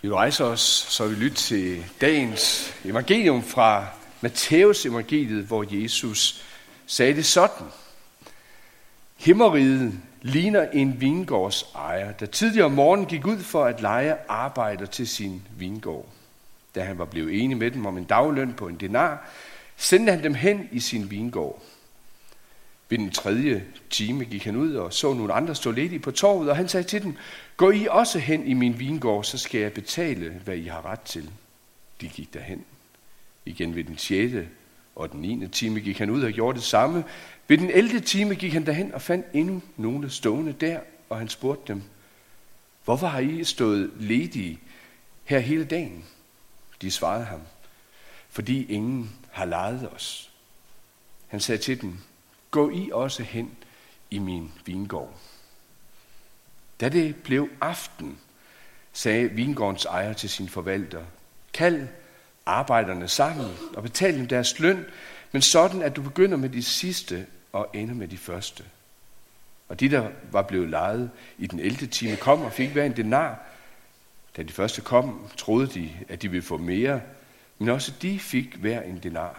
Vi rejser os, så vi lytter til dagens evangelium fra Matthæus evangeliet, hvor Jesus sagde det sådan. Himmeriget ligner en vingårds ejer, der tidligere om morgenen gik ud for at leje arbejder til sin vingård. Da han var blevet enig med dem om en dagløn på en denar, sendte han dem hen i sin vingård. Ved den 3. time gik han ud og så nogle andre stå ledige på torvet, og han sagde til dem, gå I også hen i min vingård, så skal jeg betale, hvad I har ret til. De gik derhen. Igen ved den 6. og den 9. time gik han ud og gjorde det samme. Ved den 11. time gik han derhen og fandt endnu nogle stående der, og han spurgte dem, hvorfor har I stået ledige her hele dagen? De svarede ham, fordi ingen har lejet os. Han sagde til dem, gå I også hen i min vingård. Da det blev aften, sagde vingårdens ejer til sin forvalter, kald arbejderne sammen og betal dem deres løn, men sådan, at du begynder med de sidste og ender med de første. Og de, der var blevet lejet i den 11. time, kom og fik hver en denar. Da de første kom, troede de, at de ville få mere, men også de fik hver en denar.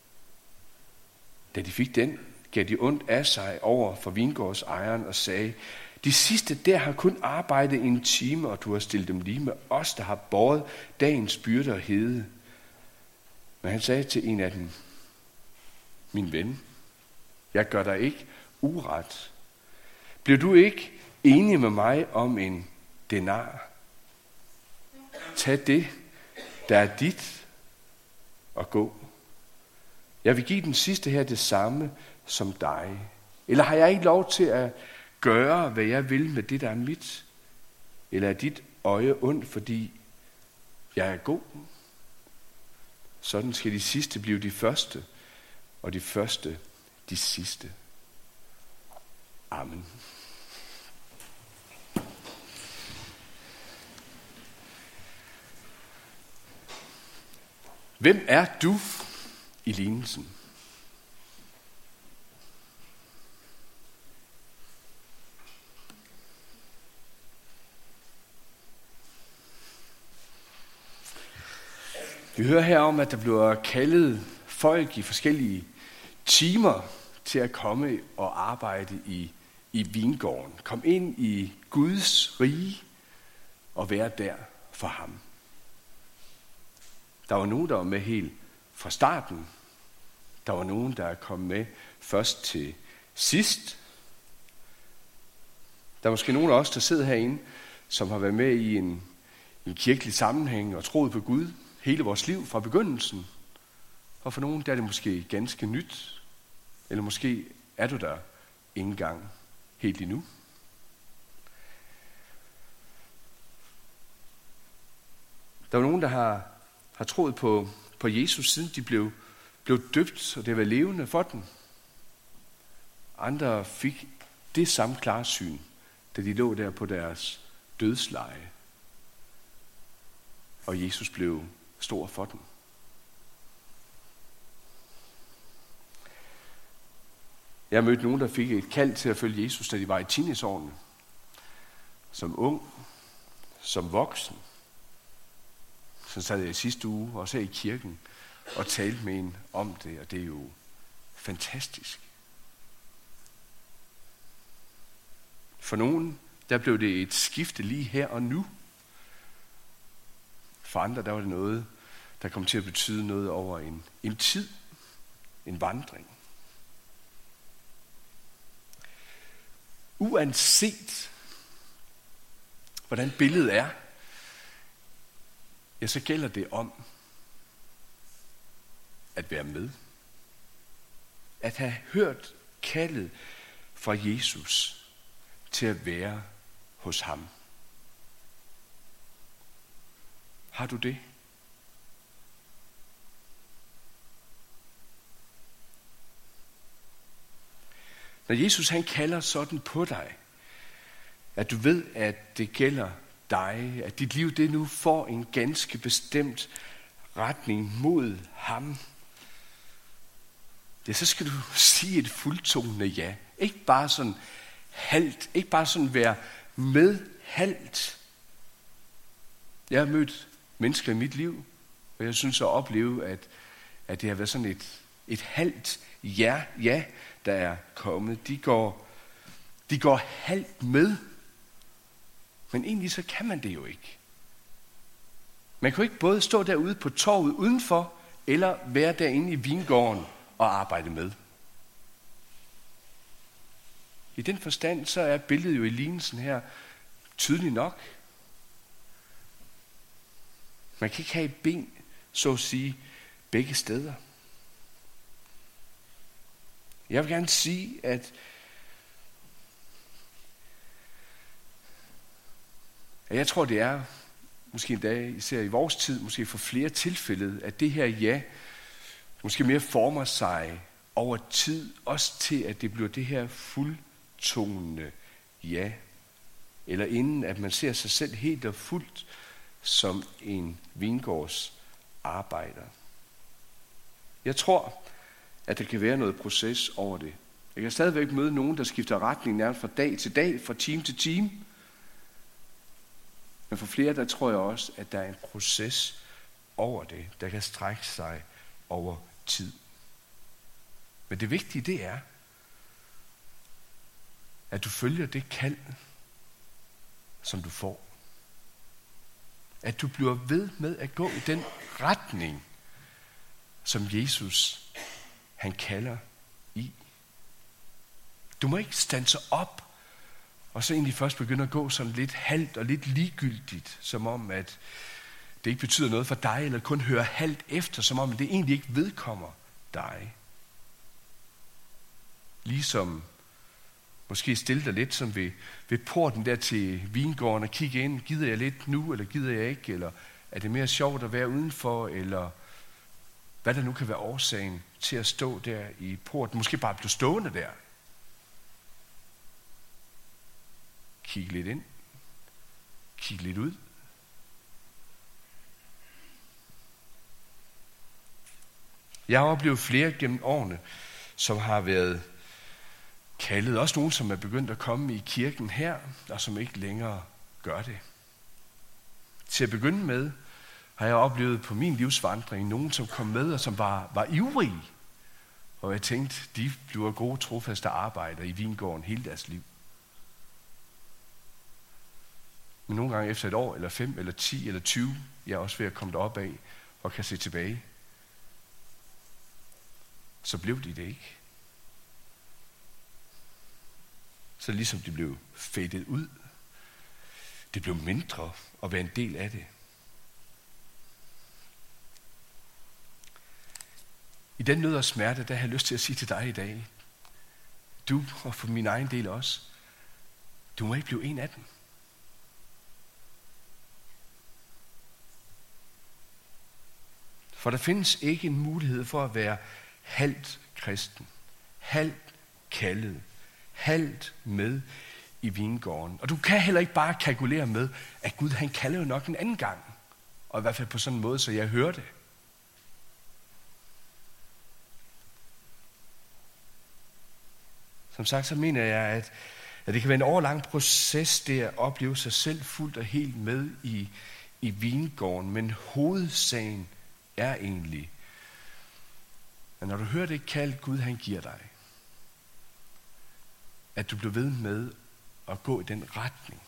Da de fik den, gav de ondt af sig over for vingårdsejeren og sagde, de sidste der har kun arbejdet en time, og du har stillet dem lige med os, der har båret dagens byrde og hede. Men han sagde til en af dem, min ven, jeg gør dig ikke uret. Bliver du ikke enig med mig om en denar? Tag det, der er dit, og gå. Jeg vil give den sidste her det samme som dig. Eller har jeg ikke lov til at gøre, hvad jeg vil med det, der er mit? Eller er dit øje ondt, fordi jeg er god? Sådan skal de sidste blive de første, og de første de sidste. Amen. Hvem er du i lignelsen? Vi hører her om, at der bliver kaldet folk i forskellige timer til at komme og arbejde i vingården. Kom ind i Guds rige og være der for ham. Der var nogen, der var med helt fra starten. Der var nogen, der kom med først til sidst. Der er måske nogen af os, der sidder herinde, som har været med i en kirkelig sammenhæng og troet på Gud hele vores liv fra begyndelsen. Og for nogen der er det måske ganske nyt, eller måske er du der ikke engang helt endnu. Der er nogen, der har troet på Jesus, siden de blev døbt, og det var levende for dem. Andre fik det samme klarsyn, da de lå der på deres dødsleje, og Jesus blev stor for dem. Jeg mødte nogen, der fik et kald til at følge Jesus, da de var i teenageårene. Som ung, som voksen. Så sad jeg i sidste uge også i kirken og talte med en om det, og det er jo fantastisk. For nogen, der blev det et skifte lige her og nu. For andre, der var det noget, der kom til at betyde noget over en tid, en vandring. Uanset hvordan billedet er, ja, så gælder det om at være med. At have hørt kaldet fra Jesus til at være hos ham. Har du det? Når Jesus han kalder sådan på dig, at du ved, at det gælder dig, at dit liv det nu får en ganske bestemt retning mod ham, ja, så skal du sige et fuldtonende ja. Ikke bare sådan halvt, ikke bare sådan være med halvt, Jeg har mødt mennesker i mit liv, og jeg synes at opleve, at det har været sådan et halvt ja, der er kommet. De går halvt med, men egentlig så kan man det jo ikke. Man kan jo ikke både stå derude på torvet udenfor, eller være derinde i vingården og arbejde med. I den forstand, så er billedet jo i lignelsen her tydeligt nok. Man kan ikke have et ben, så at sige, begge steder. Jeg vil gerne sige, at jeg tror, det er, måske endda især i vores tid, måske for flere tilfælde, at det her ja, måske mere former sig over tid, også til, at det bliver det her fuldtonende ja. Eller inden, at man ser sig selv helt og fuldt som en vingårdsarbejder. Jeg tror, at der kan være noget proces over det. Jeg kan stadigvæk møde nogen, der skifter retning nærmest fra dag til dag, fra time til time. Men for flere, der tror jeg også, at der er en proces over det, der kan strække sig over tid. Men det vigtige, det er, at du følger det kald, som du får. At du bliver ved med at gå i den retning, som Jesus, han kalder i. Du må ikke standse op, og så egentlig først begynde at gå sådan lidt halvt og lidt ligegyldigt, som om at det ikke betyder noget for dig, eller kun høre halvt efter, som om det egentlig ikke vedkommer dig. Ligesom måske stille dig lidt som ved porten der til vingården og kigge ind. Gider jeg lidt nu, eller gider jeg ikke? Eller er det mere sjovt at være udenfor? Eller hvad der nu kan være årsagen til at stå der i porten. Måske bare blive stående der. Kig lidt ind. Kig lidt ud. Jeg har oplevet flere gennem årene, som har været kaldet. Også nogen, som er begyndt at komme i kirken her, og som ikke længere gør det. Til at begynde med har jeg oplevet på min livsvandring nogen, som kom med, og som var ivrige. Og jeg tænkte, de bliver gode, trofaste arbejdere i vingården hele deres liv. Men nogle gange efter et år, eller 5, eller 10, eller 20, jeg er også ved at komme derop af, og kan se tilbage. Så blev de det ikke. Så ligesom det blev fadet ud. Det blev mindre at være en del af det. I den nød og smerte, der har jeg lyst til at sige til dig i dag, du, og for min egen del også, du må ikke blive en af dem. For der findes ikke en mulighed for at være halvt kristen, halvt kaldet, halvt med i vingården. Og du kan heller ikke bare kalkulere med, at Gud han kalder jo nok en anden gang. Og i hvert fald på sådan en måde, så jeg hører det. Som sagt, så mener jeg, at det kan være en årlang proces, det at opleve sig selv fuldt og helt med i vingården. Men hovedsagen er egentlig, at når du hører det kald, Gud han giver dig, at du bliver ved med at gå i den retning.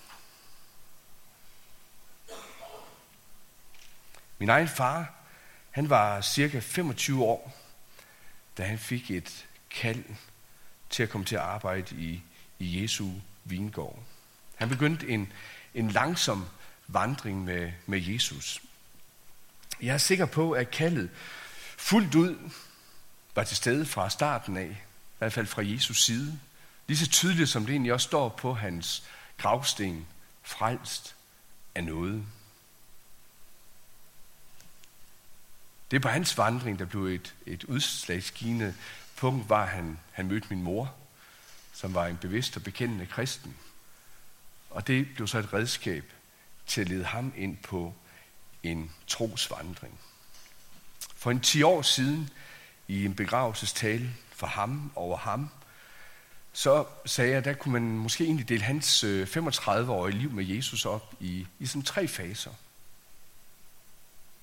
Min egen far, han var cirka 25 år, da han fik et kald til at komme til at arbejde i Jesu vingård. Han begyndte en langsom vandring med Jesus. Jeg er sikker på, at kaldet fuldt ud var til stede fra starten af, i hvert fald fra Jesus side. Lige så tydeligt som det egentlig også står på hans gravsten, frelst af noget. Det er på hans vandring, der blev et udslagsgivende punkt, hvor han mødte min mor, som var en bevidst og bekendende kristen. Og det blev så et redskab til at lede ham ind på en trosvandring. For en 10 år siden, i en begravelsestale for ham over ham, så sagde jeg, der kunne man måske egentlig dele hans 35-årige liv med Jesus op i sådan 3 faser.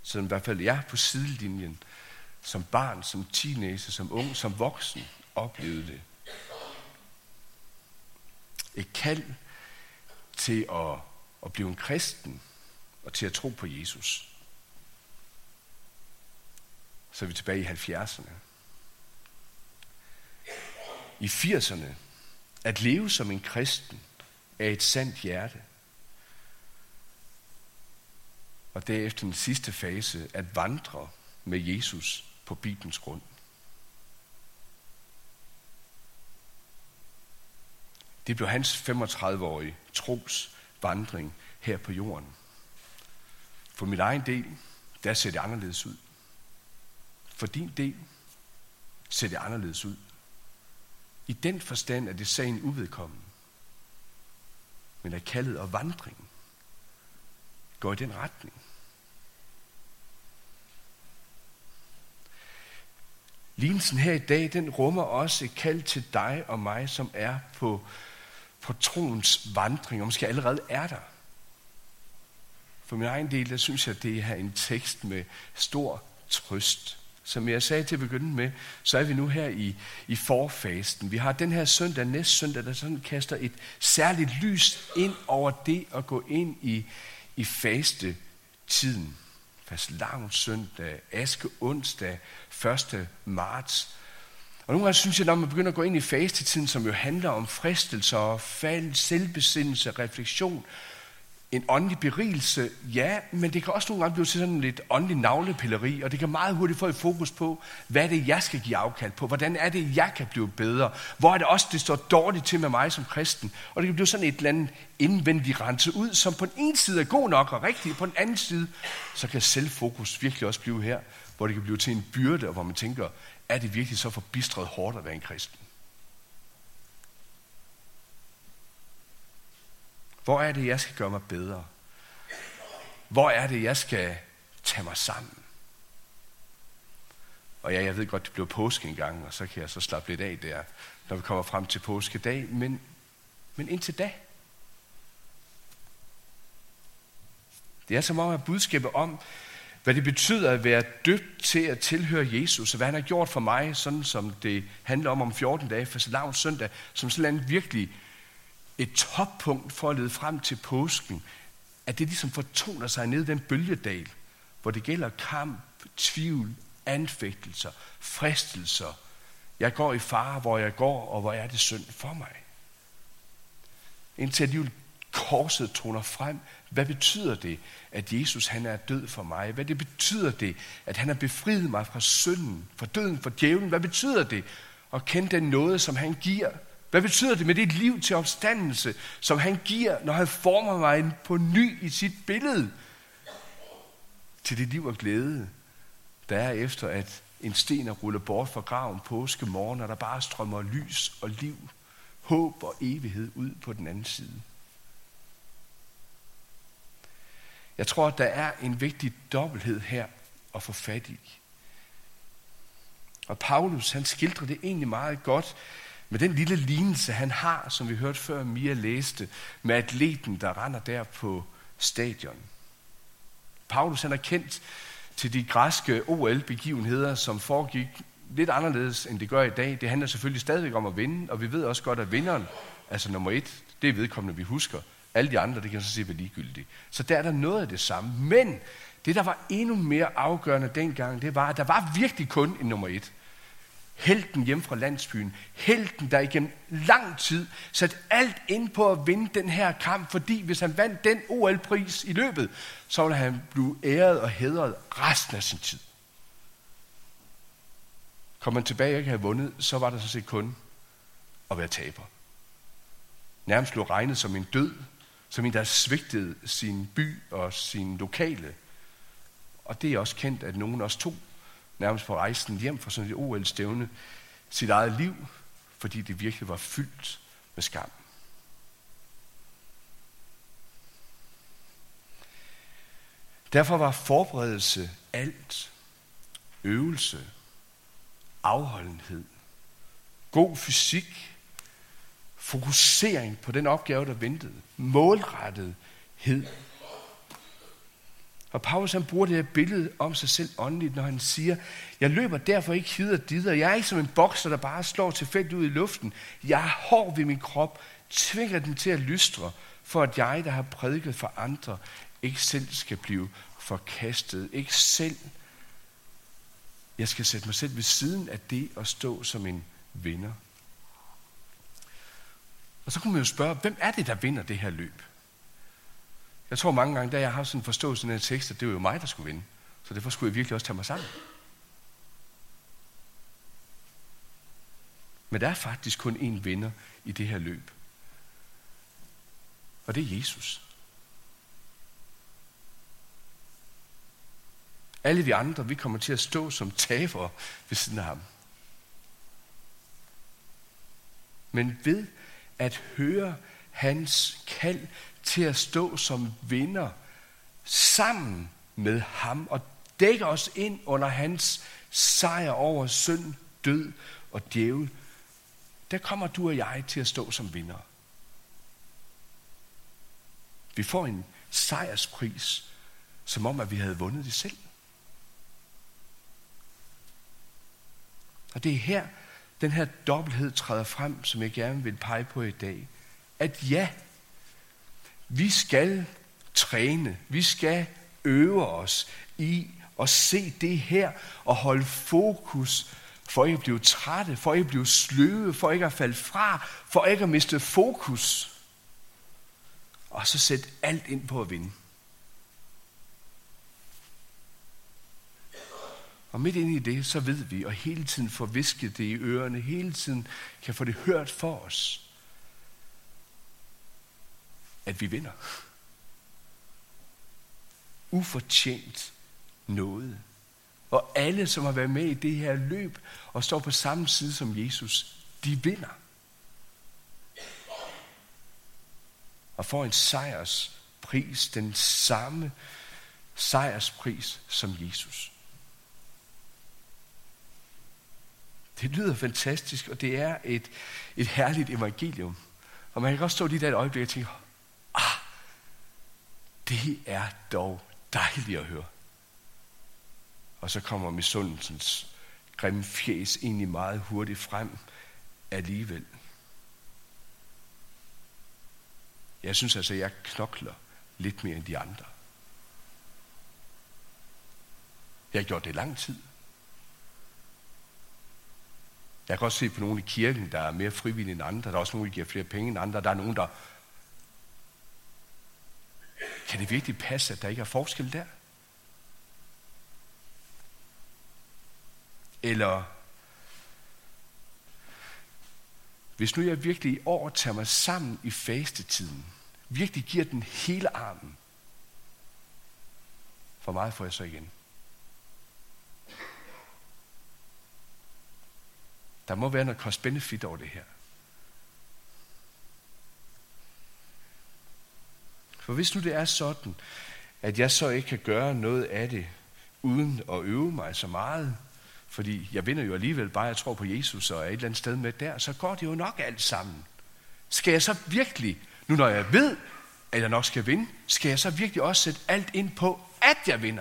som i hvert fald jeg på sidelinjen, som barn, som teenager, som ung, som voksen, oplevede det. Et kald til at blive en kristen og til at tro på Jesus. Så er vi tilbage i 70'erne. I 80'erne, at leve som en kristen er et sandt hjerte. Og derefter den sidste fase, at vandre med Jesus på Bibelens grund. Det blev hans 35-årige trosvandring her på jorden. For min egen del, der ser det anderledes ud. For din del ser det anderledes ud. I den forstand er det sagen uvedkommende. Men at kaldet og vandringen går i den retning. Lignelsen her i dag, den rummer også et kald til dig og mig, som er på troens vandring, og måske allerede er der. For min egen del, der synes jeg, at det er en tekst med stor trøst. Som jeg sagde til at begynde med, så er vi nu her i forfasten. Vi har den her søndag, næste søndag, der sådan kaster et særligt lys ind over det at gå ind i fastetiden. Fastelavnssøndag, aske onsdag, 1. marts. Og nogle gange synes jeg, når man begynder at gå ind i fastetiden, som jo handler om fristelser, fald, selvbesindelse, refleksion, en åndelig berigelse, ja, men det kan også nogle gange blive til sådan lidt åndelig navlepilleri, og det kan meget hurtigt få et fokus på, hvad er det, jeg skal give afkald på? Hvordan er det, jeg kan blive bedre? Hvor er det også, det står dårligt til med mig som kristen? Og det kan blive sådan et eller andet indvendigt rense ud, som på den ene side er god nok og rigtig, på den anden side, så kan selvfokus virkelig også blive her, hvor det kan blive til en byrde, og hvor man tænker, er det virkelig så forbistret hårdt at være en kristen? Hvor er det, jeg skal gøre mig bedre? Hvor er det, jeg skal tage mig sammen? Og ja, jeg ved godt, det bliver påske en gang, og så kan jeg så slappe lidt af der, når vi kommer frem til påskedag. Men indtil da. Det er som om at budskabet om, hvad det betyder at være døbt til at tilhøre Jesus, og hvad han har gjort for mig, sådan som det handler om 14 dage, fastelavnssøndag, som sådan en virkelig et toppunkt for at lede frem til påsken, at det ligesom fortoner sig ned i den bølgedal, hvor det gælder kamp, tvivl, anfægtelser, fristelser. Jeg går i fare, hvor jeg går, og hvor er det synd for mig. Indtil alligevel korset toner frem. Hvad betyder det, at Jesus han er død for mig? Hvad det betyder det, at han har befriet mig fra synden, fra døden, fra djævlen? Hvad betyder det at kende den nåde, som han giver? Hvad betyder det med det liv til opstandelse, som han giver, når han former mig på ny i sit billede? Til det liv og glæde, der er efter, at en sten er rullet bort fra graven påskemorgen, og der bare strømmer lys og liv, håb og evighed ud på den anden side. Jeg tror, at der er en vigtig dobbelthed her at få fat i. Og Paulus, han skildrer det egentlig meget godt med den lille lignelse, han har, som vi hørte før Mia læste, med atleten, der render der på stadion. Paulus, han er kendt til de græske OL-begivenheder, som foregik lidt anderledes, end det gør i dag. Det handler selvfølgelig stadigvæk om at vinde, og vi ved også godt, at vinderen, altså nummer 1, det er vedkommende, vi husker. Alle de andre, det kan så se være ligegyldigt. Så der er der noget af det samme. Men det, der var endnu mere afgørende dengang, det var, at der var virkelig kun en nummer 1. Helten hjem fra landsbyen. Helten, der igennem lang tid satte alt ind på at vinde den her kamp, fordi hvis han vandt den OL-pris i løbet, så ville han blive æret og hædret resten af sin tid. Kom man tilbage og ikke have vundet, så var der sådan set kun at være taber. Nærmest blev regnet som en død, som en, der svigtede sin by og sin lokale. Og det er også kendt, at nogen også tog nærmest på rejsen hjem fra sådan et OL-stævne sit eget liv, fordi det virkelig var fyldt med skam. Derfor var forberedelse alt, øvelse, afholdenhed, god fysik, fokusering på den opgave, der ventede, målrettethed. Og Paulus han bruger det her billede om sig selv åndeligt, når han siger, jeg løber derfor ikke hid og dit, og jeg er ikke som en bokser, der bare slår tilfældigt ud i luften. Jeg er hård ved min krop, tvinger den til at lystre, for at jeg, der har prædiket for andre, ikke selv skal blive forkastet. Ikke selv. Jeg skal sætte mig selv ved siden af det og stå som en vinder. Og så kunne man jo spørge, hvem er det, der vinder det her løb? Jeg tror mange gange, da jeg har sådan en forståelse af den her tekst, at det var jo mig, der skulle vinde. Så derfor skulle jeg virkelig også tage mig sammen. Men der er faktisk kun én vinder i det her løb. Og det er Jesus. Alle vi andre, vi kommer til at stå som tabere ved siden af ham. Men ved at høre hans kald til at stå som vinder sammen med ham og dække os ind under hans sejr over synd, død og djævel, der kommer du og jeg til at stå som vinder. Vi får en sejrspris, som om at vi havde vundet det selv. Og det er her, den her dobbelthed træder frem, som jeg gerne vil pege på i dag. At ja, vi skal træne, vi skal øve os i at se det her og holde fokus, for ikke at blive trætte, for ikke at blive sløve, for ikke at falde fra, for ikke at miste fokus. Og så sætte alt ind på at vinde. Og midt inde i det, så ved vi, og hele tiden får visket det i ørerne, hele tiden kan få det hørt for os, at vi vinder. Ufortjent noget. Og alle, som har været med i det her løb, og står på samme side som Jesus, de vinder. Og får en sejrspris, den samme sejrspris som Jesus. Det lyder fantastisk, og det er et herligt evangelium. Og man kan godt stå lige der et øjeblik og tænke, det er dog dejligt at høre. Og så kommer misundelsens grimme fjes egentlig meget hurtigt frem alligevel. Jeg synes altså, at jeg knokler lidt mere end de andre. Jeg har gjort det i lang tid. Jeg kan også se på nogle i kirken, der er mere frivillige end andre. Der er også nogle, der giver flere penge end andre. Der er nogen, der... Kan det virkelig passe, at der ikke er forskel der? Eller... Hvis nu jeg virkelig i år tager mig sammen i fastetiden, virkelig giver den hele armen, hvor meget får jeg så igen? Der må være noget cost-benefit over det her. For hvis nu det er sådan, at jeg så ikke kan gøre noget af det, uden at øve mig så meget, fordi jeg vinder jo alligevel bare, jeg tror på Jesus og er et eller andet sted med der, så går det jo nok alt sammen. Skal jeg så virkelig, nu når jeg ved, at jeg nok skal vinde, skal jeg så virkelig også sætte alt ind på, at jeg vinder?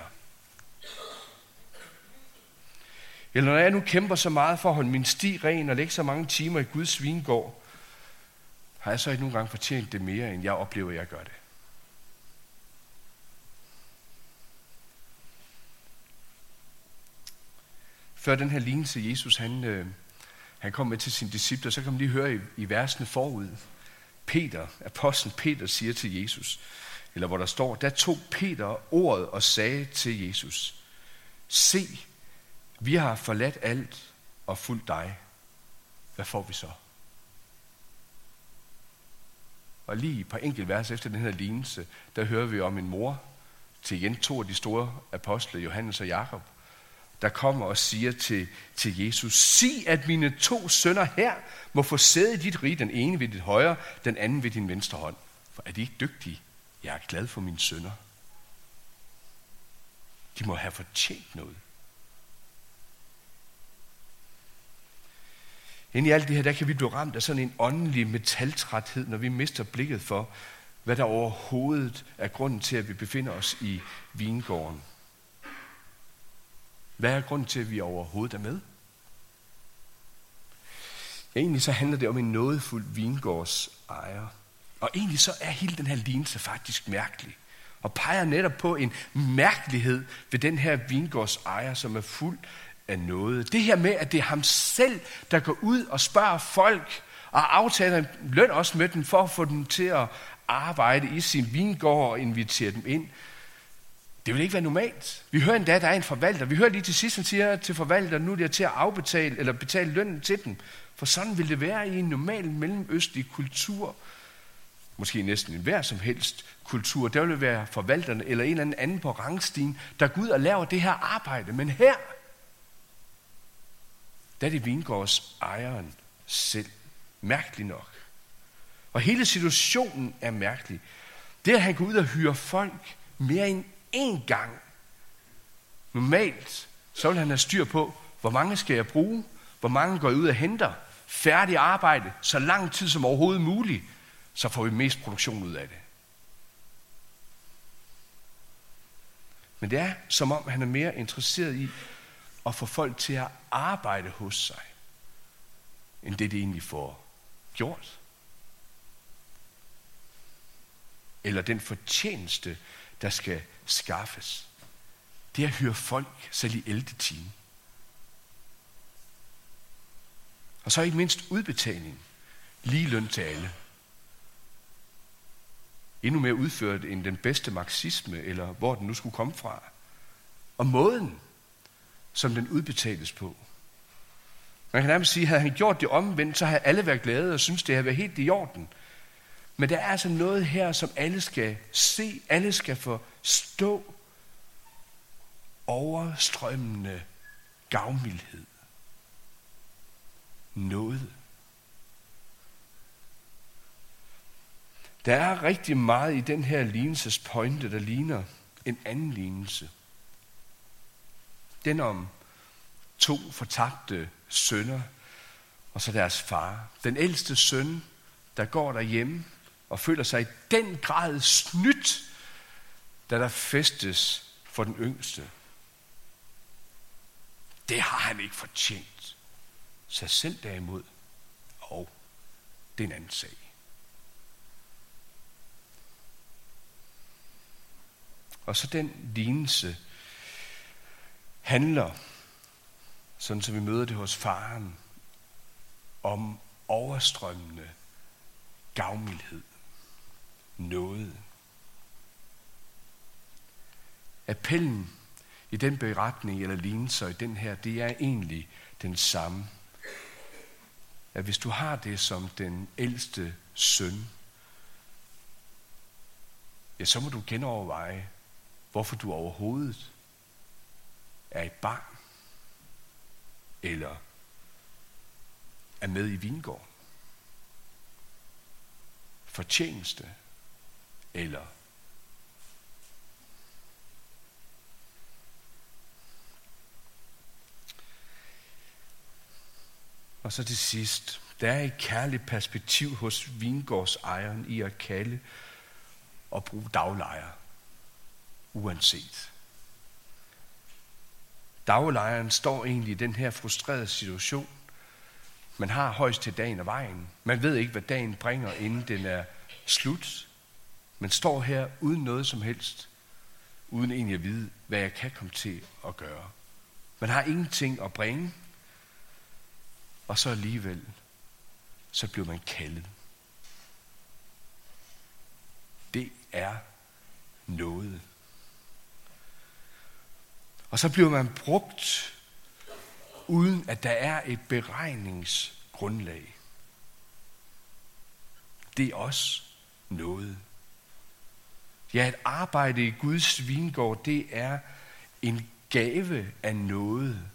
Eller når jeg nu kæmper så meget for at holde min sti ren og lægge så mange timer i Guds vingård, har jeg så ikke nogle gange fortjent det mere, end jeg oplever, at jeg gør det. Før den her lignelse, Jesus han kom med til sine discipler, så kan man lige høre i versene forud. Apostlen Peter siger til Jesus, eller hvor der står, der tog Peter ordet og sagde til Jesus, se, vi har forladt alt og fulgt dig. Hvad får vi så? Og lige et par enkelte vers efter den her lignelse, der hører vi om en mor til igen 2 af de store apostle, Johannes og Jakob, der kommer og siger til Jesus, sig at mine 2 sønner her må få sæde i dit rige, den ene ved dit højre, den anden ved din venstre hånd. For er de ikke dygtige? Jeg er glad for mine sønner. De må have fortjent noget. Ind i alt det her, der kan vi blive ramt af sådan en åndelig metaltræthed, når vi mister blikket for, hvad der overhovedet er grunden til, at vi befinder os i vingården. Hvad er grunden til, at vi overhovedet er med? Ja, egentlig så handler det om en nådefuld vingårdsejer. Og egentlig så er hele den her lignelse faktisk mærkelig. Og peger netop på en mærkelighed ved den her vingårdsejer, som er fuld af nåde. Det her med, at det er ham selv, der går ud og spørger folk, og aftaler en løn også med dem, for at få dem til at arbejde i sin vingård og invitere dem ind. Det vil ikke være normalt. Vi hører endda, at der er en forvalter. Vi hører lige til sidst, han siger til forvalter, nu er det til at afbetale eller betale lønnen til dem. For sådan vil det være i en normal mellemøstlig kultur. Måske næsten enhver som helst kultur. Der vil være forvalterne eller en eller anden på rangstigen, der går ud og laver det her arbejde. Men her, der er det vingårdsejeren selv. Mærkelig nok. Og hele situationen er mærkelig. Det, at han går ud og hyrer folk mere end én gang. Normalt, så vil han have styr på, hvor mange skal jeg bruge, hvor mange går jeg ud og henter, færdig arbejde, så lang tid som overhovedet muligt, så får vi mest produktion ud af det. Men det er, som om han er mere interesseret i at få folk til at arbejde hos sig, end det de egentlig får gjort. Eller den fortjeneste, der skal skaffes. Det er at hyre folk selv i 11. time. Og så ikke mindst udbetaling. Lige løn til alle. Endnu mere udført end den bedste marxisme, eller hvor den nu skulle komme fra. Og måden, som den udbetales på. Man kan nærmest sige, at havde han gjort det omvendt, så havde alle været glade og synes, det havde været helt i orden. Men der er altså noget her, som alle skal se, alle skal forstå. Overstrømmende gavmildhed. Nåde. Der er rigtig meget i den her lignelses pointe, der ligner en anden lignelse. Den om 2 fortabte sønner, og så deres far. Den ældste søn, der går derhjemme og føler sig i den grad snydt, da der festes for den yngste. Det har han ikke fortjent. Sig selv derimod, og det er en anden sag. Og så den lignelse handler, sådan som vi møder det hos faren, om overstrømmende gavmildhed, nåde. Appellen i den beretning eller lignelser i den her, det er egentlig den samme. At hvis du har det som den ældste søn, ja, så må du genoverveje, hvorfor du overhovedet er et barn, eller er med i vingården. Fortjeneste, eller og så til sidst, der er et kærligt perspektiv hos vingårdsejeren i at kalde og bruge daglejer, uanset. Daglejeren står egentlig i den her frustrerede situation. Man har højst til dagen og vejen. Man ved ikke, hvad dagen bringer, inden den er slut. Man står her uden noget som helst, uden egentlig at vide, hvad jeg kan komme til at gøre. Man har ingenting at bringe, og så alligevel, så bliver man kaldet. Det er noget. Og så bliver man brugt, uden at der er et beregningsgrundlag. Det er også noget. Ja, at arbejde i Guds vingård, det er en gave af noget.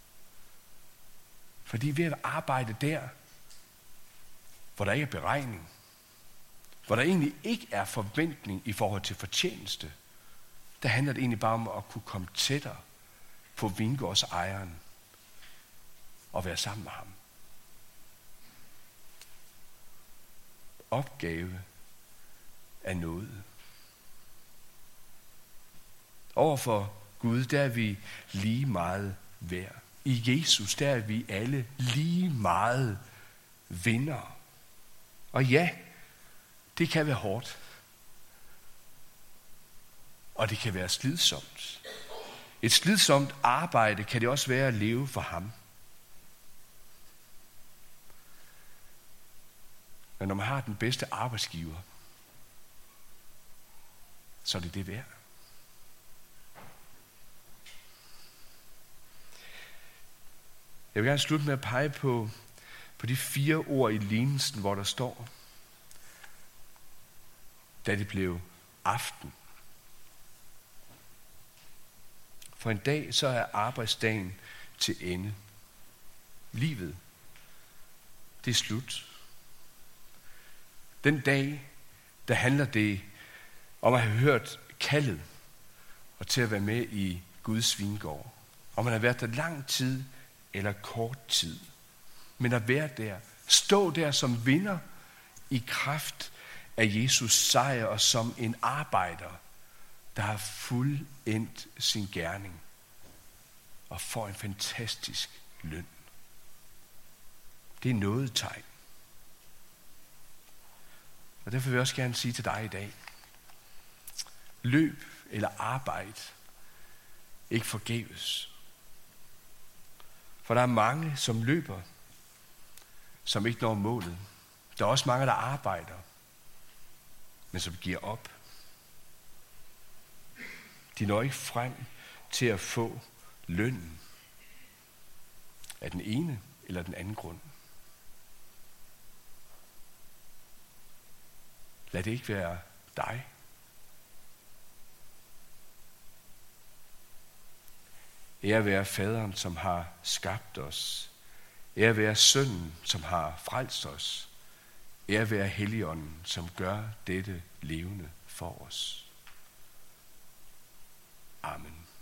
Fordi ved at arbejde der, hvor der ikke er beregning, hvor der egentlig ikke er forventning i forhold til fortjeneste, der handler det egentlig bare om at kunne komme tættere på vingårdsejeren og være sammen med ham. af nåde. Overfor Gud, der er vi lige meget værd. I Jesus, der er vi alle lige meget vinder. Og ja, det kan være hårdt. Og det kan være slidsomt. Et slidsomt arbejde kan det også være at leve for ham. Men når man har den bedste arbejdsgiver, så er det værd. Jeg vil gerne slutte med at pege på de 4 ord i lignelsen, hvor der står, da det blev aften. For en dag, så er arbejdsdagen til ende. Livet, det er slut. Den dag, der handler det om at have hørt kaldet og til at være med i Guds vingård. Om man har været der lang tid eller kort tid. Men at være der, stå der som vinder i kraft af Jesus sejr og som en arbejder, der har fuldendt sin gerning og får en fantastisk løn. Det er noget tegn. Og derfor vil jeg også gerne sige til dig i dag, løb eller arbejde ikke forgæves. For der er mange, som løber, som ikke når målet. Der er også mange, der arbejder, men som giver op. De når ikke frem til at få lønnen af den ene eller den anden grund. Lad det ikke være dig. Ære være faderen, som har skabt os. Ære være sønnen, som har frelst os. Ære være Helligånden, som gør dette levende for os. Amen.